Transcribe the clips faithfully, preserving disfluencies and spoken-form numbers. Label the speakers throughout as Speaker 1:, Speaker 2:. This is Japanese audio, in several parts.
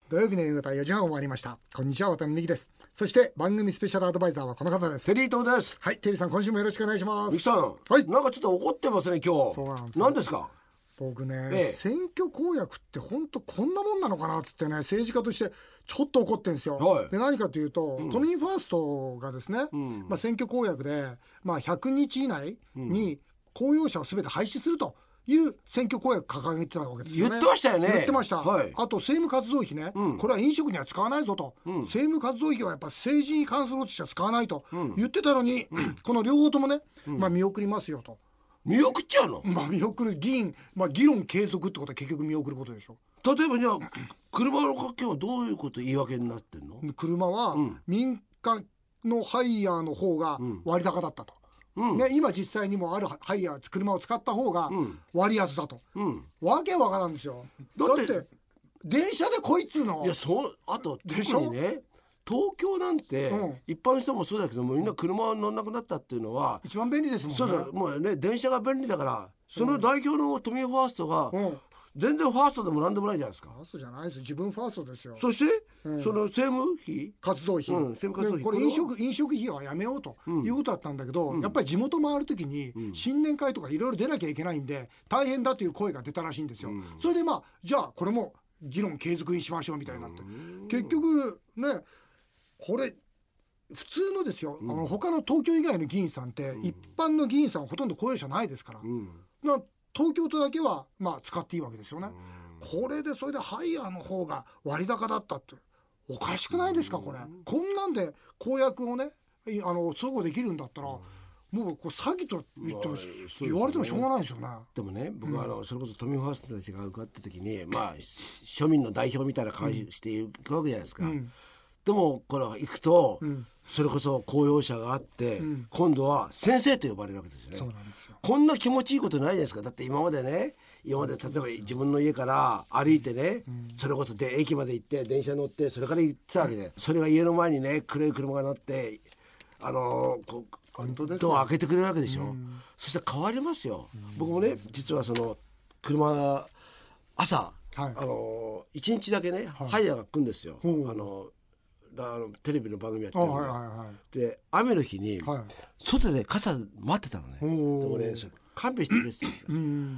Speaker 1: 土曜日の夕方よじはんを回りました。こんにちは、渡辺美希です。そして番組スペシャルアドバイザーはこの方です。
Speaker 2: テリー東です。
Speaker 1: はい、テリーさん、今週もよろしくお願いします。
Speaker 2: 美希さん、
Speaker 1: はい、
Speaker 2: なんかちょっと怒ってますね今日。
Speaker 1: そうなんですよ。
Speaker 2: 何ですか？
Speaker 1: 僕ね、
Speaker 2: ええ、
Speaker 1: 選挙公約って本当こんなもんなのかなっつってね、政治家としてちょっと怒ってるんですよ、はい、で何かというと、うん、都民ファーストがですね、うん、まあ、選挙公約で、まあ、ひゃくにち以内に公用車を全て廃止するという選挙公約掲げてたわけですよね。
Speaker 2: 言ってましたよね。
Speaker 1: 言ってました、
Speaker 2: はい、
Speaker 1: あと政務活動費ね、うん、これは飲食には使わないぞと、うん、政務活動費はやっぱ政治に関することとしては使わないと言ってたのに、うん、この両方ともね、まあ、見送りますよと。
Speaker 2: 見送っちゃうの？
Speaker 1: まあ、見送る議員、まあ、議論継続ってことは結局見送ることでしょ。
Speaker 2: 例えばじゃあ車の掛けはどういうこと言い訳になってんの？
Speaker 1: 車は民間のハイヤーの方が割高だったと、うんね、今実際にもあるハイヤー車を使った方が割安だと、うん、わけわからんですよ。だって、だって電車でこいつの
Speaker 2: いやそうあと特にね、東京なんて、うん、一般の人もそうだけどもみんな車乗んなくなったっていうのは
Speaker 1: 一番便利ですもんね。
Speaker 2: そうだ、もうね、電車が便利だからその代表の都民ファーストが、うん、全然ファーストでもなんでもないじゃないですか。
Speaker 1: ファーストじゃないです、自分ファーストですよ。
Speaker 2: そして、うん、その政務費
Speaker 1: 活動費、うん、
Speaker 2: 政務活動費
Speaker 1: これ飲食、飲食費はやめようということだったんだけど、うん、やっぱり地元回るときに新年会とかいろいろ出なきゃいけないんで大変だという声が出たらしいんですよ、うん、それでまあじゃあこれも議論継続にしましょうみたいになって、結局ねこれ普通のですよ、うん、あの他の東京以外の議員さんって、うん、一般の議員さんはほとんど公用車ないですから、うん、まあ、東京都だけは、まあ、使っていいわけですよね、うん、これでそれでハイヤーの方が割高だったっておかしくないですかこれ、うん、こんなんで公約をねあの相互できるんだったら、うん、もうこう詐欺と言っても、まあね、言われてもしょうがないですよね。
Speaker 2: でもね、僕はあの、うん、それこそ都民ファーストたちが受かった時に、まあ、庶民の代表みたいな感じしていくわけじゃないですか、うん、でもこれ行くと、うん、それこそ公用車があって、うん、今度は先生と呼ばれるわけですよね。
Speaker 1: そうなんですよ。
Speaker 2: こんな気持ちいいことないじゃないですか。だって今までね、今まで例えば自分の家から歩いてね、うん、それこそで駅まで行って電車乗ってそれから行ってたわけで、それが家の前にね黒い車が乗ってあのー、こうドア開けてくれるわけでしょ、うん、そしたら変わりますよ、うん、僕もね実はその車朝、はい、あのー、いちにちだけね、はい、ハイヤーが来るんですよ、はい、あのあのテレビの番組やってるんで、はいはいはい、で雨の日に、はい、外で傘待ってたのね。でもねそれ勘弁してくれって言ってた、うん、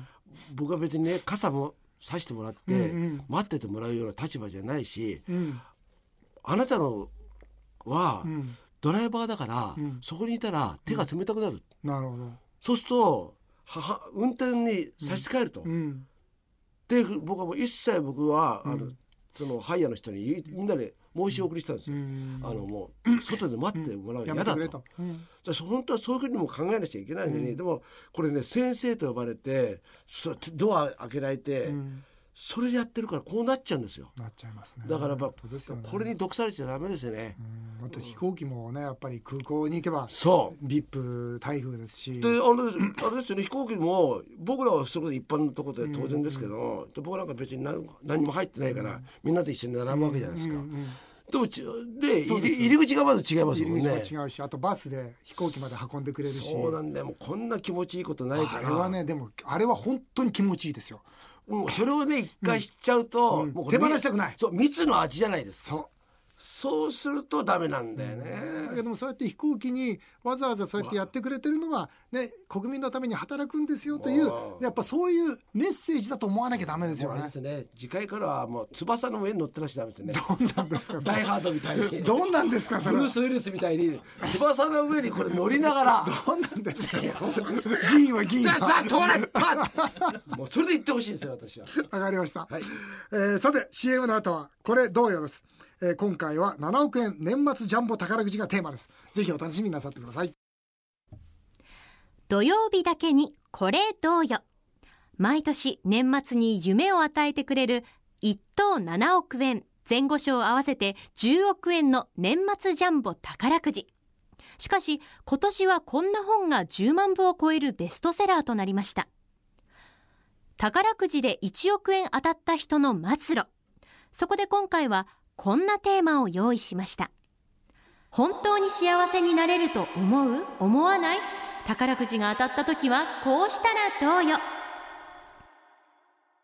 Speaker 2: 僕は別にね傘も差してもらって、うんうん、待っててもらうような立場じゃないし、うん、あなたのは、うん、ドライバーだから、うん、そこにいたら手が冷たくなる、
Speaker 1: うん、なるほど。
Speaker 2: そうするとはは運転に差し支えると、うん、で僕はもう一切僕は、うん、あのそのハイヤーの人にみんなで申し送りしたんですよ、うん、あのもう外で待ってもらうの嫌だと、うん、本当はそういうふうにも考えなきゃいけないのに、うん、でもこれね先生と呼ばれてドア開けられて、うん、それやってるからこうなっちゃうんですよ。
Speaker 1: なっちゃいますね。
Speaker 2: だからやっぱ、ね、これに毒されちゃダメですよね。
Speaker 1: うん、あと飛行機もねやっぱり空港に行けば
Speaker 2: そう
Speaker 1: ブイアイピー 待遇ですし、
Speaker 2: であれ、あれですよね、飛行機も僕らはそれこそ一般のところで当然ですけど、うんうん、で僕なんか別に 何, 何も入ってないから、うん、みんなと一緒に並ぶわけじゃないですか、うんうんうん、でもで入 り, 入り口がまず違いますもんね。
Speaker 1: 入り口も違うし、あとバスで飛行機まで運んでくれるし。
Speaker 2: そうなんだよ。もうこんな気持ちいいことないから。
Speaker 1: あれはね、でもあれは本当に気持ちいいですよ。
Speaker 2: もうそれをね一回知っちゃうと、
Speaker 1: うん、もう手放したくない。
Speaker 2: そう、蜜の味じゃないです。
Speaker 1: そう
Speaker 2: そうするとダメなんだよね、
Speaker 1: うん、だけどもそうやって飛行機にわざわざそうやってやってくれてるのは、ね、国民のために働くんですよというやっぱそういうメッセージだと思わなきゃダメですよね。
Speaker 2: ですね、次回からはもう翼の上に乗ってらっしゃダメですね。
Speaker 1: どんなんですか
Speaker 2: ダイハードみたいに
Speaker 1: どんなんですかそれ。
Speaker 2: ブルース・ウィルスみたいに翼の上にこれ乗りながら
Speaker 1: どんなんですか議員は議員は
Speaker 2: じゃあ止まれたもうそれで言ってほしいですよ私は。
Speaker 1: わかりました、
Speaker 2: はい。
Speaker 1: えー、さて シーエム の後はこれどうよです。えー、今回はななおくえん年末ジャンボ宝くじがテーマです。ぜひお楽しみになさってください。
Speaker 3: 土曜日だけにこれどうよ。毎年年末に夢を与えてくれるいっとうななおくえん前後賞合わせてじゅうおくえんの年末ジャンボ宝くじ。しかし今年はこんな本がじゅうまんぶを超えるベストセラーとなりました。宝くじでいちおくえん当たった人の末路。そこで今回はこんなテーマを用意しました。本当に幸せになれると思う？思わない？宝くじが当たった時はこうしたらどうよ。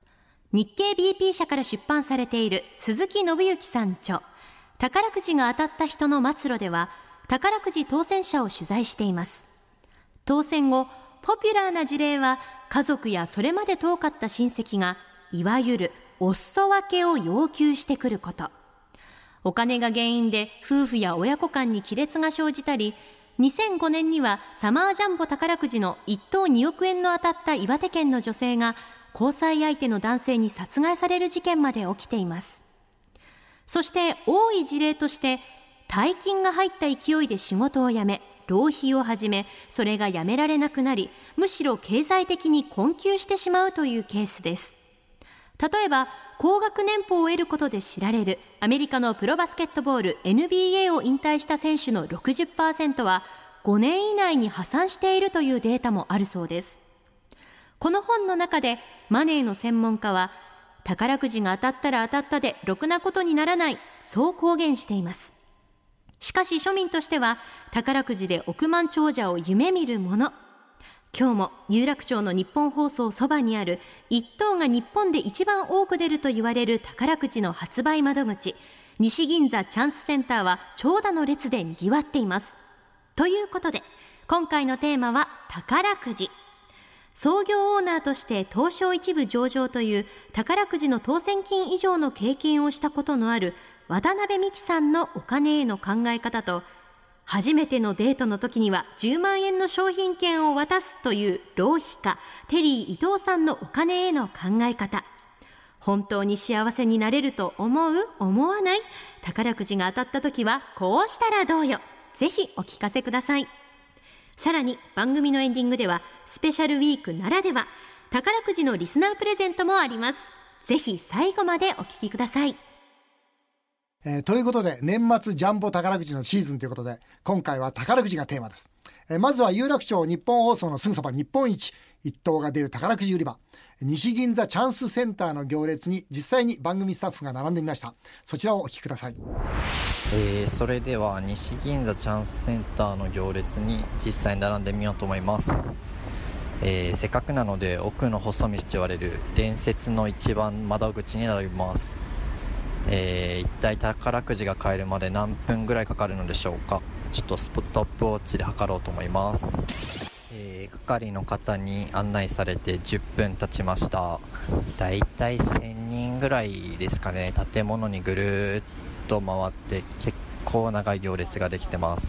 Speaker 3: 日経 ビーピー 社から出版されている鈴木信之さん著宝くじが当たった人の末路では、宝くじ当選者を取材しています。当選後、ポピュラーな事例は、家族やそれまで遠かった親戚がいわゆるお裾分けを要求してくること。お金が原因で夫婦や親子間に亀裂が生じたり、にせんごねんにはサマージャンボ宝くじのいっ等におくえんの当たった岩手県の女性が交際相手の男性に殺害される事件まで起きています。そして多い事例として、大金が入った勢いで仕事を辞め、浪費を始め、それがやめられなくなり、むしろ経済的に困窮してしまうというケースです。例えば、高額年俸を得ることで知られるアメリカのプロバスケットボール エヌビーエー を引退した選手の ろくじゅっパーセント はごねん以内に破産しているというデータもあるそうです。この本の中でマネーの専門家は、宝くじが当たったら当たったでろくなことにならない、そう公言しています。しかし庶民としては、宝くじで億万長者を夢見るもの。今日も有楽町の日本放送そばにあるいっ等が日本で一番多く出ると言われる宝くじの発売窓口、西銀座チャンスセンターは長蛇の列で賑わっています。ということで、今回のテーマは宝くじ。創業オーナーとして東証一部上場という宝くじの当選金以上の経験をしたことのある渡辺美樹さんのお金への考え方と、初めてのデートの時にはじゅうまんえんの商品券を渡すという浪費家テリー伊藤さんのお金への考え方。本当に幸せになれると思う？思わない？宝くじが当たった時はこうしたらどうよ。ぜひお聞かせください。さらに番組のエンディングではスペシャルウィークならでは宝くじのリスナープレゼントもあります。ぜひ最後までお聞きください。
Speaker 1: えー、ということで年末ジャンボ宝くじのシーズンということで、今回は宝くじがテーマです。えー、まずは有楽町日本放送のすぐそば、日本一一等が出る宝くじ売り場、西銀座チャンスセンターの行列に実際に番組スタッフが並んでみました。そちらをお聞きください。
Speaker 4: えー、それでは西銀座チャンスセンターの行列に実際に並んでみようと思います。えー、せっかくなので奥の細道と言われる伝説の一番窓口に並びます。えー、一体宝くじが買えるまで何分ぐらいかかるのでしょうか。ちょっとスポットアップウォッチで測ろうと思います。えー、係の方に案内されてじゅっぷん経ちました。だいたいせんにんぐらいですかね。建物にぐるっと回って結構長い行列ができてます。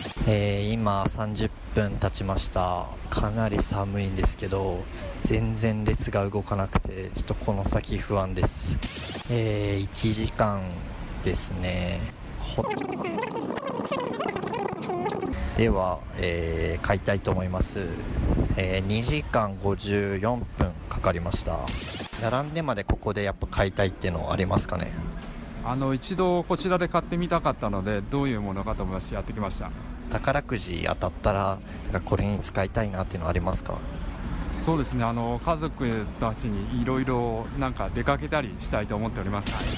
Speaker 4: えー、今さんじゅっぷん経ちました。かなり寒いんですけど全然列が動かなくて、ちょっとこの先不安です。えー、いちじかんですね。ほでは、えー、買いたいと思います。えー、にじかんごじゅうよんぷんかかりました。並んでまでここでやっぱ買いたいっていうのはありますかね。
Speaker 5: あの一度こちらで買ってみたかったので、どういうものかと思いましてやってきました。
Speaker 4: 宝くじ当たったらなんかこれに使いたいなっていうのはありますか。
Speaker 5: そうですね、あの家族たちにいろいろなんか出かけたりしたいと思っております。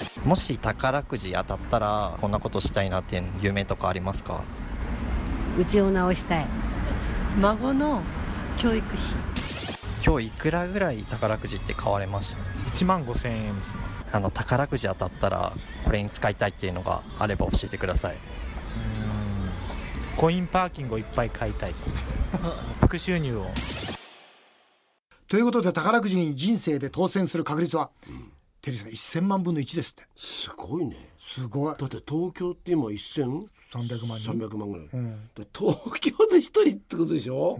Speaker 4: もし宝くじ当たったらこんなことしたいなっていう夢とかありますか。
Speaker 6: うちを直したい。孫の教育費。
Speaker 4: 今日いくらぐらい宝くじって買われました。
Speaker 7: いちまんごせんえんですね。
Speaker 4: あの宝くじ当たったらこれに使いたいっていうのがあれば教えてください。う
Speaker 7: ーんコインパーキングをいっぱい買いたいです副収入を。
Speaker 1: ということで宝くじに人生で当選する確率は、うん、テリーさんせんまんぶんのいちですって。
Speaker 2: すごいね。す
Speaker 1: ごい。
Speaker 2: だって東京って今せん
Speaker 1: さんびゃくまん人
Speaker 2: さんびゃくまんぐらい、うん、
Speaker 1: 東
Speaker 2: 京で一人ってことでしょ、うん、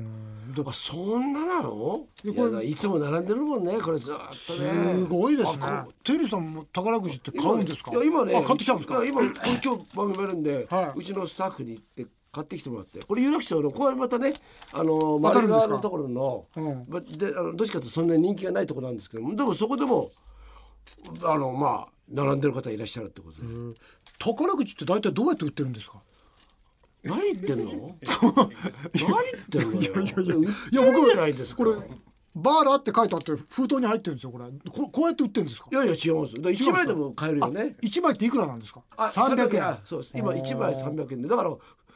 Speaker 2: あそんななの。いやいつも並んでるもんねこれずっとね。
Speaker 1: すごいですね。テリーさんも宝くじって買うんですか。
Speaker 2: いや今ね、
Speaker 1: あ買ってきたんですか。
Speaker 2: いや今今日番組やるんで、はい、うちのスタッフに行って買ってきてもらって、これ有楽町のこれまたね、あの丸側のところの、うん、であのどっちかというとそんなに人気がないところなんですけども、でもそこでもあのまあ並んでる方いらっしゃるってことで。
Speaker 1: 宝くじって大体どうやって売ってるんですか。
Speaker 2: 何言ってんの何言ってんのよ。いやいやいやいや僕じゃないですか。
Speaker 1: これバーラって書いてあって封筒に入ってるんですよ。これここうやって売ってるんですか。
Speaker 2: いやいや違います。だいちまいでも買えるよね。
Speaker 1: いちまいっていくらなんですか。
Speaker 2: あ
Speaker 1: さんびゃくえん。
Speaker 2: そうです。今いちまいさんびゃくえんで、だから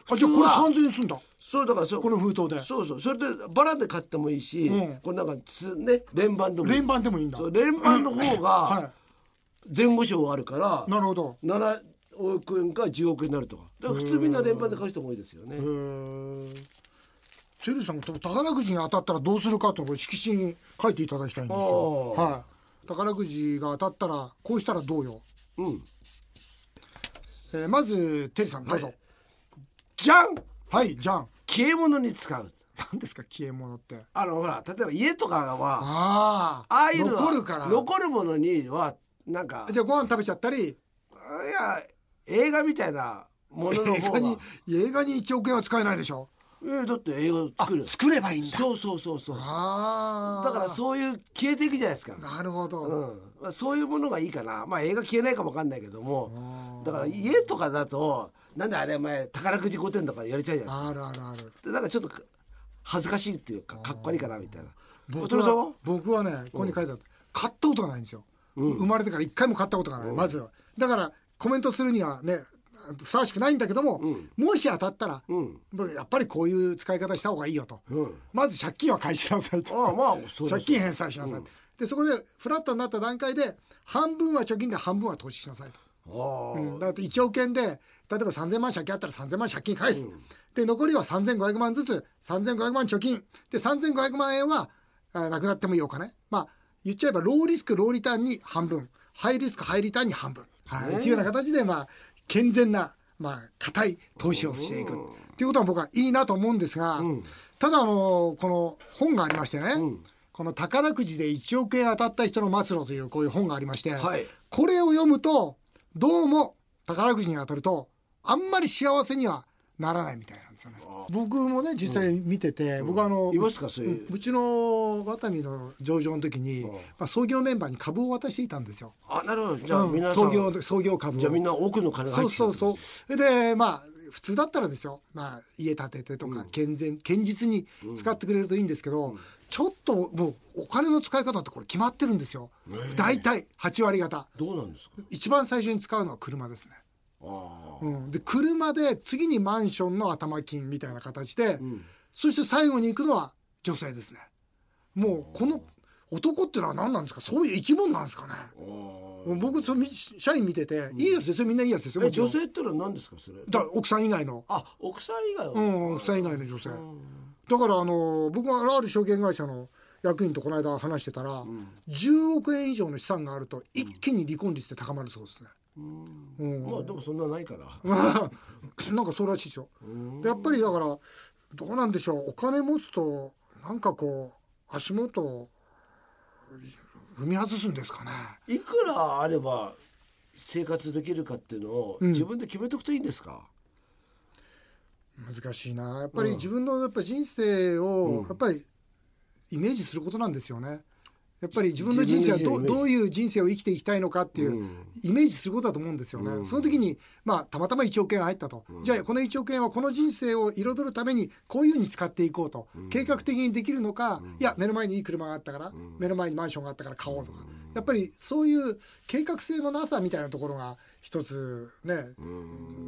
Speaker 1: あじゃあこれさんぜんえんすんだ。
Speaker 2: そうだからそう
Speaker 1: この封筒で。
Speaker 2: そうそうそれでバラで買ってもいいし、
Speaker 1: うん、
Speaker 2: これなんかつね連番でもいい。
Speaker 1: 連番でもいいんだ。
Speaker 2: そう連番の方が、
Speaker 1: はい、
Speaker 2: 前後賞あるから。
Speaker 1: なるほど。
Speaker 2: ななおくえんかじゅうおくえんになるとか。だから普通みんな連番で買う人も多いですよね。
Speaker 1: へー。セリさん宝くじに当たったらどうするかとこれ色紙に書いていただきたいんですよ。はい。宝くじが当たったらこうしたらどうよ。
Speaker 2: うん。
Speaker 1: えー、まずテリーさんどうぞ。はい、
Speaker 2: じゃん。
Speaker 1: はいじゃん。
Speaker 2: 消え物に使う。
Speaker 1: 何ですか消え物って。
Speaker 2: あのほら例えば家とかは
Speaker 1: あ
Speaker 2: ああいうのは
Speaker 1: 残るから
Speaker 2: 残るものにはなんか
Speaker 1: じゃあご飯食べちゃったり、い
Speaker 2: や映画みたいなものの方が
Speaker 1: 映画に映画にいちおくえんは使えないでしょ。
Speaker 2: えー、だって映画を作る
Speaker 1: 作ればいいんだ。
Speaker 2: そうそうそうそう。
Speaker 1: あ
Speaker 2: だからそういう消えていくじゃないですか。
Speaker 1: なるほど、
Speaker 2: うん、そういうものがいいかな。まあ映画消えないかもわかんないけども、だから家とかだとなんであれ前宝くじごてんとかやれちゃうじゃないですか。
Speaker 1: あるあるある。
Speaker 2: でなんかちょっと恥ずかしいっていうかかっこいいかなみたいな。
Speaker 1: 僕は僕はねここに書いてあった、うん、買ったことがないんですよ、うん、生まれてから一回も買ったことがない、うん、まずはだからコメントするにはねふさわしくないんだけども、うん、もし当たったら、うん、やっぱりこういう使い方した方がいいよと、うん、まず借金は返しなさいと。ああ、まあ、借金返済しなさい、うん、でそこでフラットになった段階で半分は貯金で半分は投資しなさいと。うん、だっていちおくえんで例えばさんぜんまん借金あったらさんぜんまん借金返す、うん、で残りはさんぜんごひゃくまんずつさんぜんごひゃくまん貯金でさんぜんごひゃくまんえんはなくなってもいいお金、まあ言っちゃえばローリスクローリターンに半分ハイリスクハイリターンに半分、はい、っていうような形でまあ健全なまあ固い投資をしていくっていうことは僕はいいなと思うんですが、うん、ただあのこの本がありましてね、うん、この宝くじでいちおくえん当たった人の末路というこういう本がありまして、はい、これを読むとどうも宝くじに当たるとあんまり幸せにはならないみたいなんですよね。僕もね実際見てて、うん、僕はあの、
Speaker 2: いますかそういう、
Speaker 1: うちのワタミの上場の時に、うんまあ、創業メンバーに株を渡していたんですよ。
Speaker 2: あ、なるほど。じゃあ、うん、皆さん
Speaker 1: 創業創業株を
Speaker 2: じゃあみんな多くの金が入ってきた。
Speaker 1: そうそうそう。でまあ普通だったらですよ、まあ、家建ててとか、うん、健全堅実に使ってくれるといいんですけど、うん、ちょっともうお金の使い方ってこれ決まってるんですよ。だいたいはちわり方。
Speaker 2: どうなんですか。
Speaker 1: 一番最初に使うのは車ですね。あうん、で車で次にマンションの頭金みたいな形で、うん、そして最後に行くのは女性ですね。もうこの男っていうのは何なんですか。そういう生き物なんですかね。僕その社員見てて、うん、いいやつですよ。みんないいやつですよ。
Speaker 2: 女性ってのは何ですかそれ。
Speaker 1: だ奥さん以外の。
Speaker 2: あ、奥さん以外は、
Speaker 1: うん、奥さん以外の女性。だからあの僕はある証券会社の役員とこの間話してたら、うん、じゅうおくえん以上の資産があると一気に離婚率って高まるそうですね。
Speaker 2: うん、まあでもそんなないから
Speaker 1: なんかそうらしいですよ。でやっぱりだからどうなんでしょう。お金持つとなんかこう足元を踏み外すんですかね。
Speaker 2: いくらあれば生活できるかっていうのを自分で決めとくといいんですか。
Speaker 1: うん、難しいな。やっぱり自分のやっぱ人生をやっぱりイメージすることなんですよね。やっぱり自分の人生は ど, どういう人生を生きていきたいのかっていうイメージすることだと思うんですよね、うん、その時に、まあ、たまたまいちおくえん入ったと、うん、じゃあこのいちおくえんはこの人生を彩るためにこういうふうに使っていこうと、うん、計画的にできるのか、うん、いや目の前にいい車があったから、うん、目の前にマンションがあったから買おうとか、うん、やっぱりそういう計画性のなさみたいなところが一つね、うん、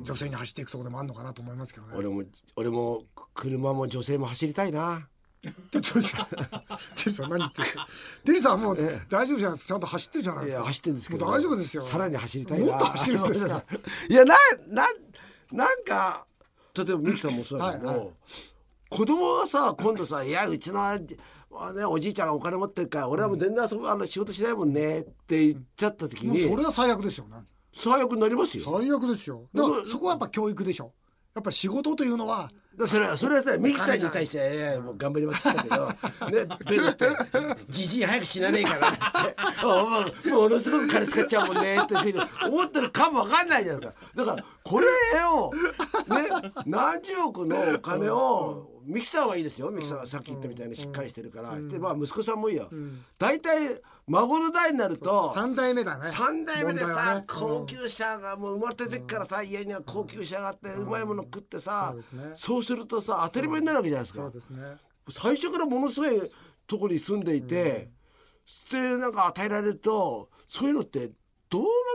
Speaker 1: 女性に走っていくところでもあるのかなと思いますけどね。
Speaker 2: 俺も俺も車も女性も走りたいな。
Speaker 1: テリーさん何言ってるテリーさんもう大丈夫じゃないですか。ちゃんと走ってるじゃないですか。
Speaker 2: いや走ってるんですけど
Speaker 1: 大丈夫ですよ。
Speaker 2: さらに走りたいな。
Speaker 1: もっと走るんですか。
Speaker 2: いやなななんか例えばミキさんもそうだけど、はいはい、子供がさ今度さいやうちの、ね、おじいちゃんがお金持ってるから俺はもう全然あの仕事しないもんねって言っちゃった時に、
Speaker 1: うん、それは最悪ですよね。
Speaker 2: 最悪になりますよ。
Speaker 1: 最悪ですよ。だからそこはやっぱ教育でしょ。やっぱ仕事というのは
Speaker 2: それはそれはさミキさんに対して、いやもう頑張りましたけどねベルってじじい早く死なねえからってものすごく金使っちゃうもんねって思ってるかもわかんないじゃないですか。だからこれをね何十億のお金をミキさんはいいですよ。ミキさんはさっき言ったみたいにしっかりしてるから、うん、でまあ息子さんもいいよ。大体、うん、孫の代になると
Speaker 1: さんだいめだね。
Speaker 2: さんだいめでさ、ね、高級車がもう生まれた時からさ、うん、家には高級車があって、うん、うまいもの食ってさ、うん そうですね、そうするとさ当たり前になるわけじゃないですか。
Speaker 1: そうですね。
Speaker 2: 最初からものすごいとこに住んでいて、うん、でなんか与えられるとそういうのってどうなん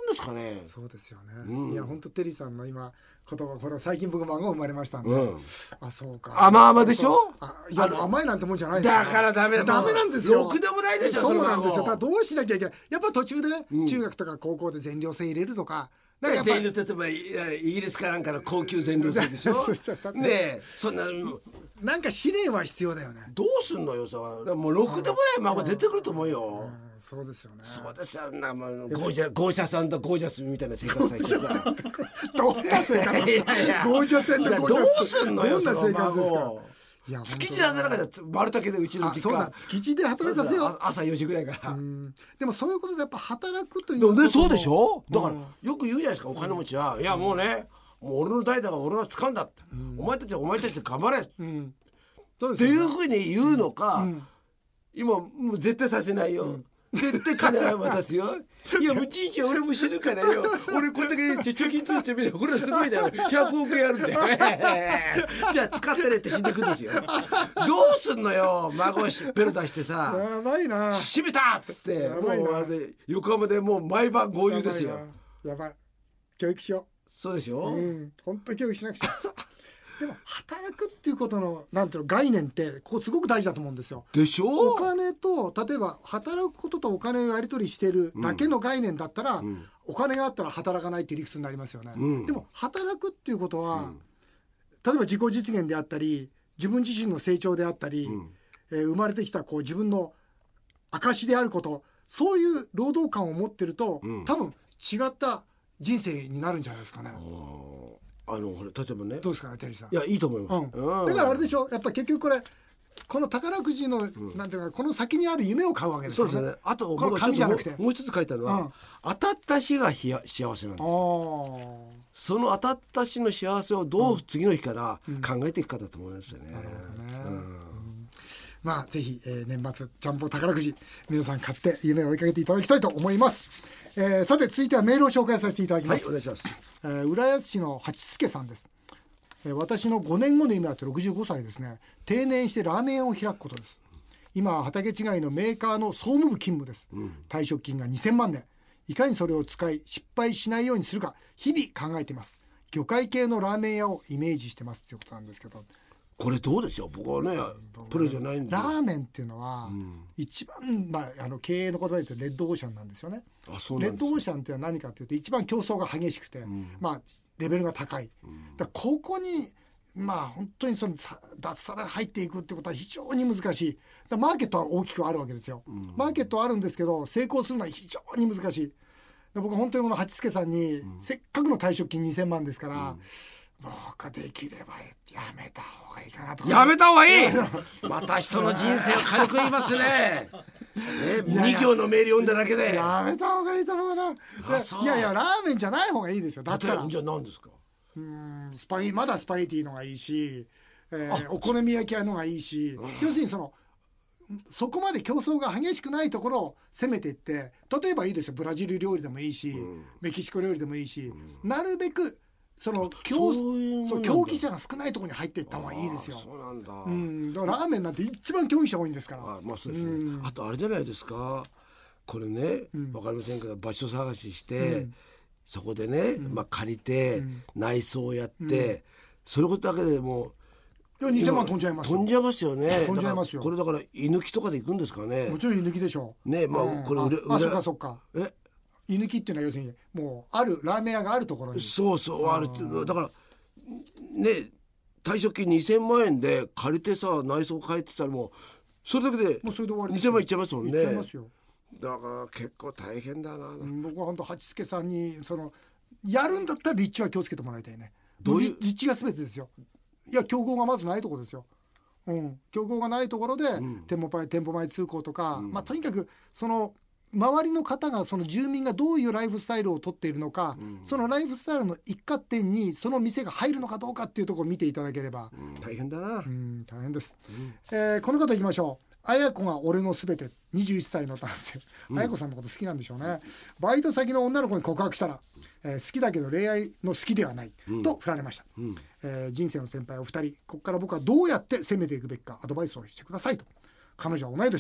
Speaker 2: ですかね。
Speaker 1: そうですよね、
Speaker 2: うん、
Speaker 1: いや本当テリーさんの今言葉、これ最近僕孫生まれましたんで、
Speaker 2: うん、
Speaker 1: あそうか
Speaker 2: 甘々でしょ。
Speaker 1: あいや甘いなんてもんじゃないです
Speaker 2: だからダメだ
Speaker 1: ダメなんですよ。
Speaker 2: ろくでもないでしょ。
Speaker 1: そうなんですよ。だからどうしなきゃいけない。やっぱ途中でね、
Speaker 2: うん、
Speaker 1: 中学とか高校で全寮制入れるとか。
Speaker 2: だから全寮、例えばイギリスかなんかの高級全寮制でしょねえ、そんな
Speaker 1: なんか試練は必要だよね。
Speaker 2: どうすんのよ。さもうろくでもない孫出てくると思うよ、
Speaker 1: うんうん、そうですよね。
Speaker 2: そうですよ。な、まあ、ゴージャゴージャさんとゴージャスみたいな生活されてさ
Speaker 1: どんな生活ですか。ゴージャスとゴージャス
Speaker 2: どうすんのよ。
Speaker 1: どんな生活ですか。
Speaker 2: いや築地で働かせた丸竹でうちの実家。
Speaker 1: そうだ、築地で働かせよう。
Speaker 2: 朝よじぐらいから。うん、
Speaker 1: でもそういうことでやっぱ働くという
Speaker 2: でそうでしょ。だからよく言うじゃないですか、お金持ちは、うん、いやもうね、もう俺の代だから俺は掴んだって、うん、お前たちお前たち頑張れ、うん、っていうふうに言うのか、うん、今もう絶対させないよ、うん、絶対金は渡すよいやもうじいちゃん俺も死ぬからよ、俺これだけ貯金ついてみればこれすごいだよ、ひゃくおく円あるんだよじゃあ使ってねって死んでくんですよどうすんのよ、孫ベロ出してさ、
Speaker 1: やばいな、
Speaker 2: 閉めたっつってもうあれ横浜でもう毎晩豪遊ですよ。
Speaker 1: やばい、教育しよう。
Speaker 2: そうですよ、うん、
Speaker 1: 本当に教育しなくちゃでも働くっていうことのなんていうの概念ってここすごく大事だと思うんですよ。
Speaker 2: でしょ。
Speaker 1: お金と例えば働くこととお金をやり取りしてるだけの概念だったら、うん、お金があったら働かないっていう理屈になりますよね、うん、でも働くっていうことは、うん、例えば自己実現であったり自分自身の成長であったり、うんえー、生まれてきたこう自分の証であること、そういう労働感を持ってると、うん、多分違った人生になるんじゃないですかね。
Speaker 2: あの例えばね、
Speaker 1: どうですかねテリーさん。
Speaker 2: いやいいと思います、
Speaker 1: うん、だからあれでしょ、やっぱ結局これこの宝くじの、うん、なんていうかこの先にある夢を買うわけですよね。
Speaker 2: そうですね。あと
Speaker 1: この紙じゃなくて
Speaker 2: もう一つ書いてあるのは、うん、当たった日が幸せなんです。その当たった日の幸せをどう次の日から考えていくかだと思いますよね。
Speaker 1: まあぜひ、えー、年末ジャンボ宝くじ皆さん買って夢を追いかけていただきたいと思います。えー、さて続いてはメールを紹介させていただきます。
Speaker 2: はい、お願いします。
Speaker 1: えー、浦安市の八助さんです。えー、私のごねんごの夢はろくじゅうごさいですね。定年してラーメン屋を開くことです。今は畑違いのメーカーの総務部勤務です、うん、退職金がにせんまんでいかにそれを使い失敗しないようにするか日々考えています。魚介系のラーメン屋をイメージしてますということなんですけど、
Speaker 2: これどうですよ。僕はね、うん、プロじゃないんで
Speaker 1: ラーメンっていうのは、うん、一番、まあ、あの経営の言葉で言うとレッドオーシャンなんですよね。
Speaker 2: あ、そうなんですか。
Speaker 1: レッドオーシャンっていうのは何かというと一番競争が激しくて、うん、まあレベルが高い、うん、だからここにまあ本当にその脱サラ入っていくってことは非常に難しい。だマーケットは大きくあるわけですよ、うん、マーケットはあるんですけど成功するのは非常に難しい。で僕は本当にこの八助さんに、うん、せっかくの退職金にせんまんですから、うん僕はできればやめた方がいいかなと。
Speaker 2: やめた方がいいまた人の人生を軽く言いますねに行のメール読んだだけで
Speaker 1: やめた方がいいと思うな。いやいやラーメンじゃない方がいいですよ。だったら
Speaker 2: じゃあ何ですか。
Speaker 1: うーんスパゲまだスパゲティのがいいし、えー、お好み焼き屋のがいいし、うん、要するにそのそこまで競争が激しくないところを攻めていって、例えばいいですよブラジル料理でもいいし、うん、メキシコ料理でもいいし、うん、なるべくその競そう競技者が少ないところに入っていった方がいいですよ。
Speaker 2: そうなんだ、
Speaker 1: うん、だからラーメンなんて一番競技者多いんですから。
Speaker 2: あ、まあそうですね、うん、あとあれじゃないですかこれね、うん、分かりませんけど場所探しして、うん、そこでね、うんまあ、借りて、うん、内装をやって、うん、それことだけでも
Speaker 1: ういやにせんまん飛んじゃいますよ。
Speaker 2: 飛んじゃいますよね。
Speaker 1: 飛んじゃいますよ。
Speaker 2: これだから居抜きとかで行くんですかね。
Speaker 1: もちろん居抜きでしょ
Speaker 2: うね。まあ、うん、これ
Speaker 1: 裏あそっかそっか
Speaker 2: え
Speaker 1: 居抜きっていうのは要するにもうあるラーメン屋があるところに
Speaker 2: そうそうあるってだからね退職金にせんまんえんで借りてさ内装変えてたらもうそれだけで
Speaker 1: もうそれで終わり
Speaker 2: にせんまんいっちゃいますもんね。
Speaker 1: いっちゃいますよ。
Speaker 2: だから結構大変だな、うん、
Speaker 1: 僕は本当八助さんにそのやるんだったら立地は気をつけてもらいたいね。どういう立地が全てですよ。いや競合がまずないところですよ。うん、競合がないところで、うん、店舗前店舗前通行とか、うんまあ、とにかくその周りの方がその住民がどういうライフスタイルをとっているのか、うん、そのライフスタイルの一角点にその店が入るのかどうかっていうところを見ていただければ、
Speaker 2: うん、大変だな、
Speaker 1: うん、大変です、うんえー、この方いきましょう。あやこが俺のすべてにじゅういっさいの男性、あやこさんのこと好きなんでしょうね、うん、バイト先の女の子に告白したら、えー、好きだけど恋愛の好きではない、うん、と振られました、うんえー、人生の先輩お二人ここから僕はどうやって攻めていくべきかアドバイスをしてくださいと。彼女は同い年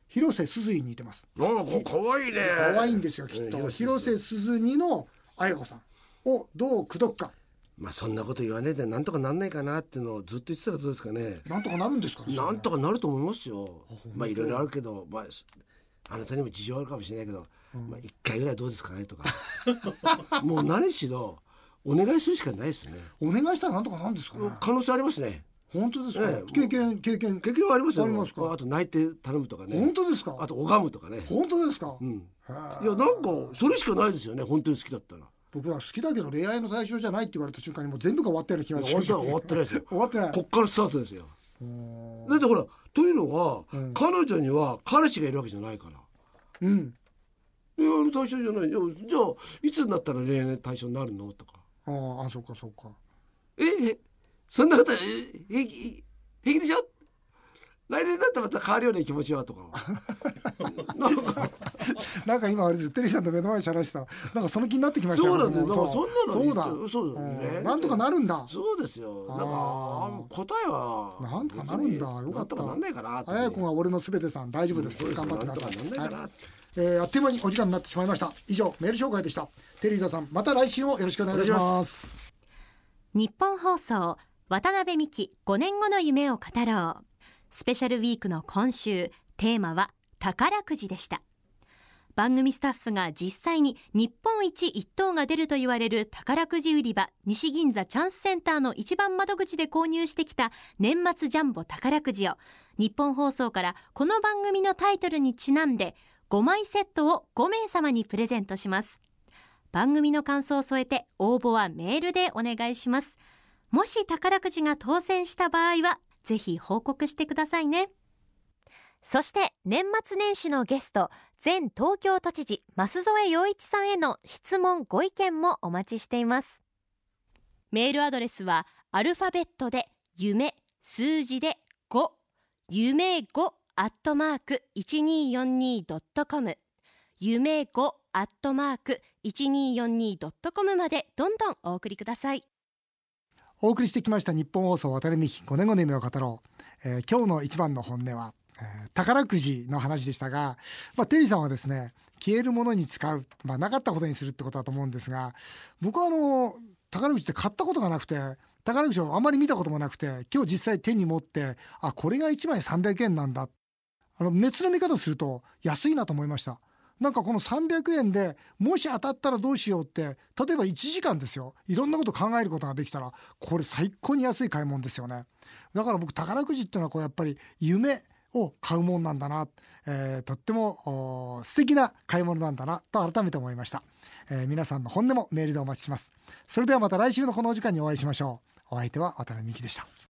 Speaker 1: 広瀬すずに似てます。
Speaker 2: ああ、かわいいね。
Speaker 1: 可愛いんですよきっと、
Speaker 2: うん
Speaker 1: 広瀬すずにの綾子さんをどう口説くか。
Speaker 2: まあそんなこと言わねえでなんとかなんないかなっていうのをずっと言ってたらどうですかね。
Speaker 1: なんとかなるんですかね。
Speaker 2: なんとかなると思いますよ。まあいろいろあるけど、まああなたにも事情あるかもしれないけど、うん、まあ一回ぐらいどうですかねとかもう何しろお願いするしかないですね。
Speaker 1: お願いしたらなんとかなるんですかね。
Speaker 2: 可能性ありますね。
Speaker 1: 本当ですか、
Speaker 2: ね、
Speaker 1: 経験経験
Speaker 2: 経験はありますよ。
Speaker 1: ありますか。
Speaker 2: あと泣いて頼むとかね。
Speaker 1: 本当ですか。
Speaker 2: あと拝むとかね。
Speaker 1: 本当ですか、
Speaker 2: うん、いやなんかそれしかないですよね。本当に好きだったら。
Speaker 1: 僕ら好きだけど恋愛の対象じゃないって言われた瞬間にもう全部が終わったような気がします。
Speaker 2: 終わってないですよ
Speaker 1: 終わってない。
Speaker 2: こっからスタートですよ。だってほらというのは、うん、彼女には彼氏がいるわけじゃないから。うん恋愛の対象じゃない。じゃあいつになったら恋愛の対象になるのとか。
Speaker 1: ああそうかそうか。
Speaker 2: ええそんなこと平気平気でしょ。来年だったらまた変わるような気持ちはとかなんか
Speaker 1: なんか今あれですテリーさんの目の前にしゃらしたなんかその気になってきましたよ。
Speaker 2: そうなんだよ。そんなの
Speaker 1: そうだ
Speaker 2: そうだね。
Speaker 1: なんとかなるんだ。
Speaker 2: そうですよ。なんか答えは
Speaker 1: なんとかなるんだ。よかった。
Speaker 2: なんとかなんないかな。
Speaker 1: 綾子が俺のすべてさん大丈夫です。頑張ってください。
Speaker 2: なんないかな。
Speaker 1: えー、あっという間にお時間になってしまいました。以上メール紹介でした。テリーさんまた来週もよろしくお願いします。
Speaker 3: 日本放送渡辺美希ごねんごの夢を語ろうスペシャルウィークの今週テーマは宝くじでした。番組スタッフが実際に日本一一等が出ると言われる宝くじ売り場西銀座チャンスセンターの一番窓口で購入してきた年末ジャンボ宝くじを日本放送からこの番組のタイトルにちなんでごまいセットをごめいさまにプレゼントします。番組の感想を添えて応募はメールでお願いします。もし宝くじが当選した場合はぜひ報告してくださいね。そして年末年始のゲスト前東京都知事舛添洋一さんへの質問ご意見もお待ちしています。メールアドレスはアルファベットで夢数字でご夢ごアットマーク いちにーよんにードットコム 夢ごアットマーク いちにーよんにードットコム までどんどんお送りください。
Speaker 1: お送りしてきました日本放送渡辺美希ごねんごの夢を語ろう、えー、今日の一番の本音は、えー、宝くじの話でしたが、まあ、テリーさんはですね消えるものに使う、まあ、なかったことにするってことだと思うんですが僕はあの宝くじって買ったことがなくて宝くじをあまり見たこともなくて今日実際手に持ってあこれがいちまいさんびゃくえんなんだあの別の見方すると安いなと思いました。なんかこのさんびゃくえんでもし当たったらどうしようって例えばいちじかんですよいろんなこと考えることができたらこれ最高に安い買い物ですよね。だから僕宝くじっていうのはこうやっぱり夢を買うもんなんだな、えー、とっても素敵な買い物なんだなと改めて思いました、えー、皆さんの本音もメールでお待ちします。それではまた来週のこのお時間にお会いしましょう。お相手は渡辺美希でした。